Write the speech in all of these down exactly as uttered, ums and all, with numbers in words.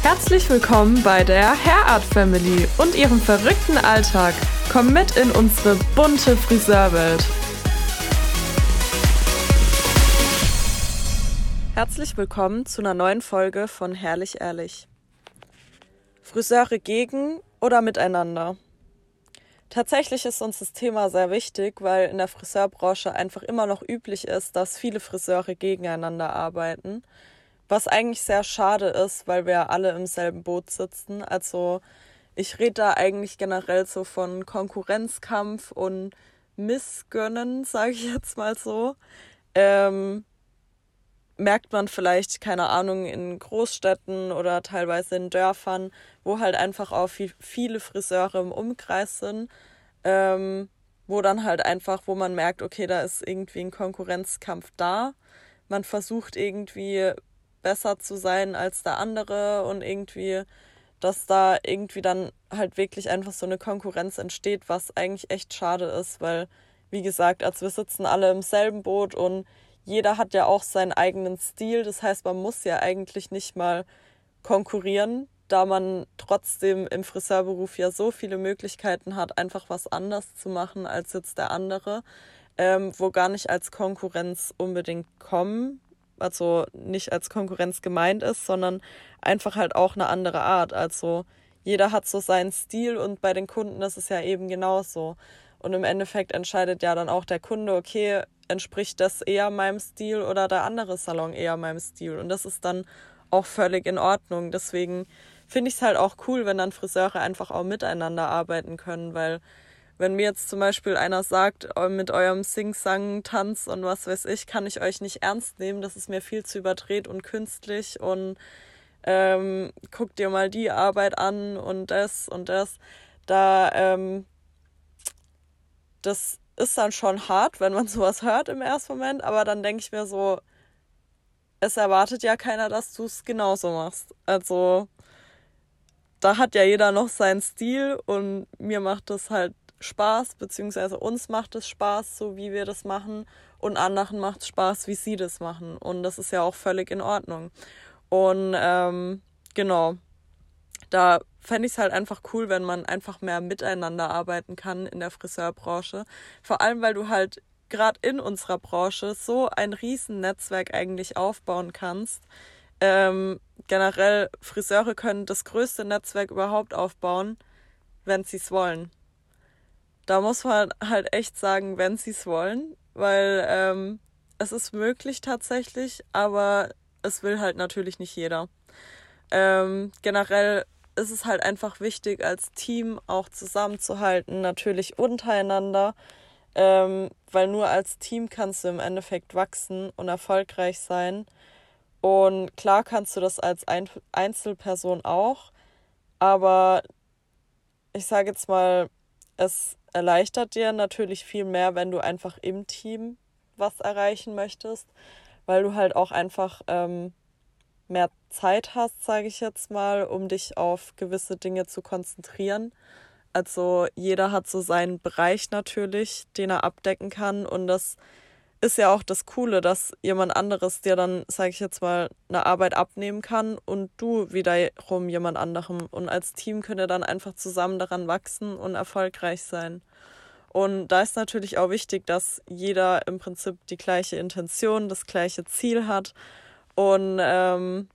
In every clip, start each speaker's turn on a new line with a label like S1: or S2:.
S1: Herzlich willkommen bei der Hairart Family und ihrem verrückten Alltag. Komm mit in unsere bunte Friseurwelt. Herzlich willkommen zu einer neuen Folge von Herrlich Ehrlich. Friseure gegen oder miteinander? Tatsächlich ist uns das Thema sehr wichtig, weil in der Friseurbranche einfach immer noch üblich ist, dass viele Friseure gegeneinander arbeiten. Was eigentlich sehr schade ist, weil wir alle im selben Boot sitzen. Also ich rede da eigentlich generell so von Konkurrenzkampf und Missgönnen, sage ich jetzt mal so. Ähm, merkt man vielleicht, keine Ahnung, in Großstädten oder teilweise in Dörfern, wo halt einfach auch viel, viele Friseure im Umkreis sind, ähm, wo dann halt einfach, wo man merkt, okay, da ist irgendwie ein Konkurrenzkampf da. Man versucht irgendwie besser zu sein als der andere und irgendwie, dass da irgendwie dann halt wirklich einfach so eine Konkurrenz entsteht, was eigentlich echt schade ist, weil, wie gesagt, als wir sitzen alle im selben Boot und jeder hat ja auch seinen eigenen Stil, das heißt, man muss ja eigentlich nicht mal konkurrieren, da man trotzdem im Friseurberuf ja so viele Möglichkeiten hat, einfach was anders zu machen als jetzt der andere, ähm, wo gar nicht als Konkurrenz unbedingt kommen, also nicht als Konkurrenz gemeint ist, sondern einfach halt auch eine andere Art. Also jeder hat so seinen Stil und bei den Kunden ist es ja eben genauso. Und im Endeffekt entscheidet ja dann auch der Kunde, okay, entspricht das eher meinem Stil oder der andere Salon eher meinem Stil. Und das ist dann auch völlig in Ordnung. Deswegen finde ich es halt auch cool, wenn dann Friseure einfach auch miteinander arbeiten können, weil wenn mir jetzt zum Beispiel einer sagt, mit eurem Sing-Sang, Tanz und was weiß ich, kann ich euch nicht ernst nehmen, das ist mir viel zu überdreht und künstlich und ähm, guck dir mal die Arbeit an und das und das, da, ähm, das ist dann schon hart, wenn man sowas hört im ersten Moment, aber dann denke ich mir so, es erwartet ja keiner, dass du es genauso machst. Also da hat ja jeder noch seinen Stil und mir macht das halt Spaß, beziehungsweise uns macht es Spaß, so wie wir das machen, und anderen macht es Spaß, wie sie das machen, und das ist ja auch völlig in Ordnung. Und ähm, genau, da fände ich es halt einfach cool, wenn man einfach mehr miteinander arbeiten kann in der Friseurbranche, vor allem, weil du halt gerade in unserer Branche so ein riesen Netzwerk eigentlich aufbauen kannst. Ähm, generell, Friseure können das größte Netzwerk überhaupt aufbauen, wenn sie es wollen. Da muss man halt echt sagen, wenn sie es wollen, weil ähm, es ist möglich tatsächlich, aber es will halt natürlich nicht jeder. Ähm, generell ist es halt einfach wichtig, als Team auch zusammenzuhalten, natürlich untereinander, ähm, weil nur als Team kannst du im Endeffekt wachsen und erfolgreich sein. Und klar kannst du das als Ein- Einzelperson auch, aber ich sage jetzt mal, es erleichtert dir natürlich viel mehr, wenn du einfach im Team was erreichen möchtest, weil du halt auch einfach ähm, mehr Zeit hast, sage ich jetzt mal, um dich auf gewisse Dinge zu konzentrieren. Also jeder hat so seinen Bereich natürlich, den er abdecken kann, und das ist ja auch das Coole, dass jemand anderes dir dann, sage ich jetzt mal, eine Arbeit abnehmen kann und du wiederum jemand anderem. Und als Team könnt ihr dann einfach zusammen daran wachsen und erfolgreich sein. Und da ist natürlich auch wichtig, dass jeder im Prinzip die gleiche Intention, das gleiche Ziel hat. Und ähm,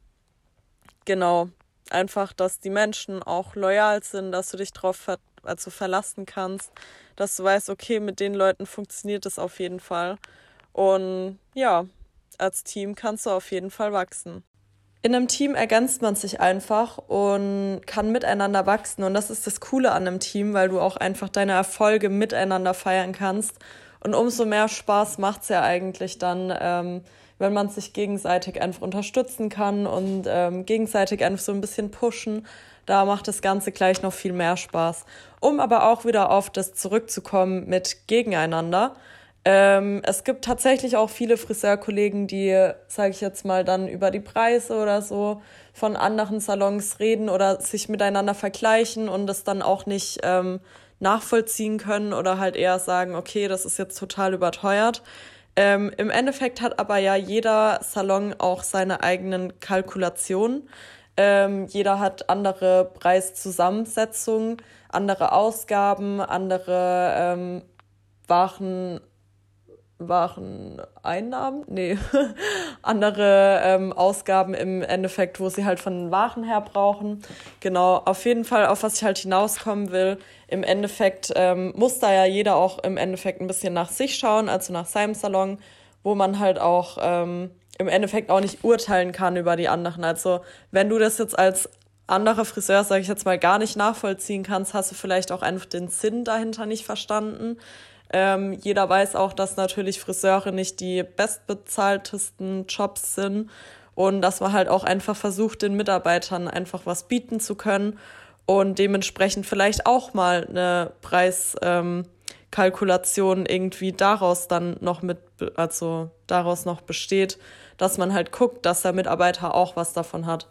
S1: genau, einfach, dass die Menschen auch loyal sind, dass du dich darauf ver- also verlassen kannst, dass du weißt, okay, mit den Leuten funktioniert es auf jeden Fall. Und ja, als Team kannst du auf jeden Fall wachsen. In einem Team ergänzt man sich einfach und kann miteinander wachsen. Und das ist das Coole an einem Team, weil du auch einfach deine Erfolge miteinander feiern kannst. Und umso mehr Spaß macht es ja eigentlich dann, ähm, wenn man sich gegenseitig einfach unterstützen kann und ähm, gegenseitig einfach so ein bisschen pushen. Da macht das Ganze gleich noch viel mehr Spaß. Um aber auch wieder auf das zurückzukommen mit Gegeneinander. Ähm, es gibt tatsächlich auch viele Friseurkollegen, die, sage ich jetzt mal, dann über die Preise oder so von anderen Salons reden oder sich miteinander vergleichen und das dann auch nicht ähm, nachvollziehen können oder halt eher sagen, okay, das ist jetzt total überteuert. Ähm, im Endeffekt hat aber ja jeder Salon auch seine eigenen Kalkulationen. Ähm, jeder hat andere Preiszusammensetzungen, andere Ausgaben, andere ähm, Waren, Wareneinnahmen, nee, andere ähm, Ausgaben im Endeffekt, wo sie halt von den Waren her brauchen. Genau, auf jeden Fall, auf was ich halt hinauskommen will, im Endeffekt ähm, muss da ja jeder auch im Endeffekt ein bisschen nach sich schauen, also nach seinem Salon, wo man halt auch ähm, im Endeffekt auch nicht urteilen kann über die anderen. Also wenn du das jetzt als anderer Friseur, sage ich jetzt mal, gar nicht nachvollziehen kannst, hast du vielleicht auch einfach den Sinn dahinter nicht verstanden. Ähm, jeder weiß auch, dass natürlich Friseure nicht die bestbezahltesten Jobs sind und dass man halt auch einfach versucht, den Mitarbeitern einfach was bieten zu können und dementsprechend vielleicht auch mal eine Preiskalkulation ähm, irgendwie daraus dann noch mit, also daraus noch besteht, dass man halt guckt, dass der Mitarbeiter auch was davon hat.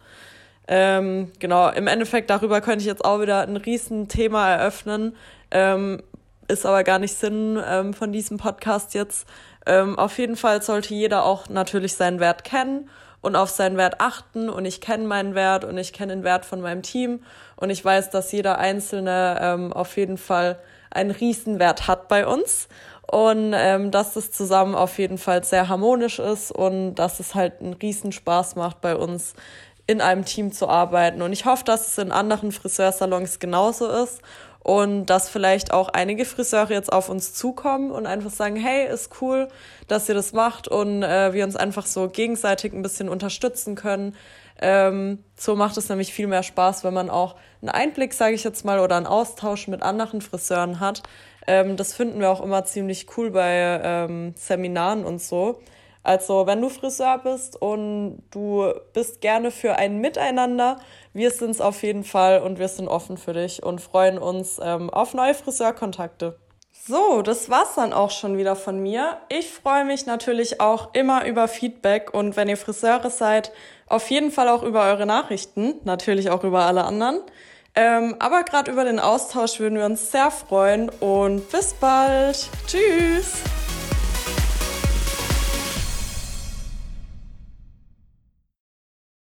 S1: Ähm, genau, im Endeffekt darüber könnte ich jetzt auch wieder ein Riesenthema eröffnen. Ähm, ist aber gar nicht Sinn ähm, von diesem Podcast jetzt. Ähm, auf jeden Fall sollte jeder auch natürlich seinen Wert kennen und auf seinen Wert achten. Und ich kenne meinen Wert und ich kenne den Wert von meinem Team. Und ich weiß, dass jeder Einzelne ähm, auf jeden Fall einen Riesenwert hat bei uns. Und ähm, dass das zusammen auf jeden Fall sehr harmonisch ist und dass es halt einen Riesenspaß macht bei uns, in einem Team zu arbeiten. Und ich hoffe, dass es in anderen Friseursalons genauso ist. Und dass vielleicht auch einige Friseure jetzt auf uns zukommen und einfach sagen, hey, ist cool, dass ihr das macht und äh, wir uns einfach so gegenseitig ein bisschen unterstützen können. Ähm, so macht es nämlich viel mehr Spaß, wenn man auch einen Einblick, sage ich jetzt mal, oder einen Austausch mit anderen Friseuren hat. Ähm, das finden wir auch immer ziemlich cool bei ähm, Seminaren und so. Also wenn du Friseur bist und du bist gerne für ein Miteinander, wir sind es auf jeden Fall und wir sind offen für dich und freuen uns ähm, auf neue Friseurkontakte. So, das war's dann auch schon wieder von mir. Ich freue mich natürlich auch immer über Feedback und wenn ihr Friseure seid, auf jeden Fall auch über eure Nachrichten, natürlich auch über alle anderen. Ähm, aber gerade über den Austausch würden wir uns sehr freuen und bis bald. Tschüss!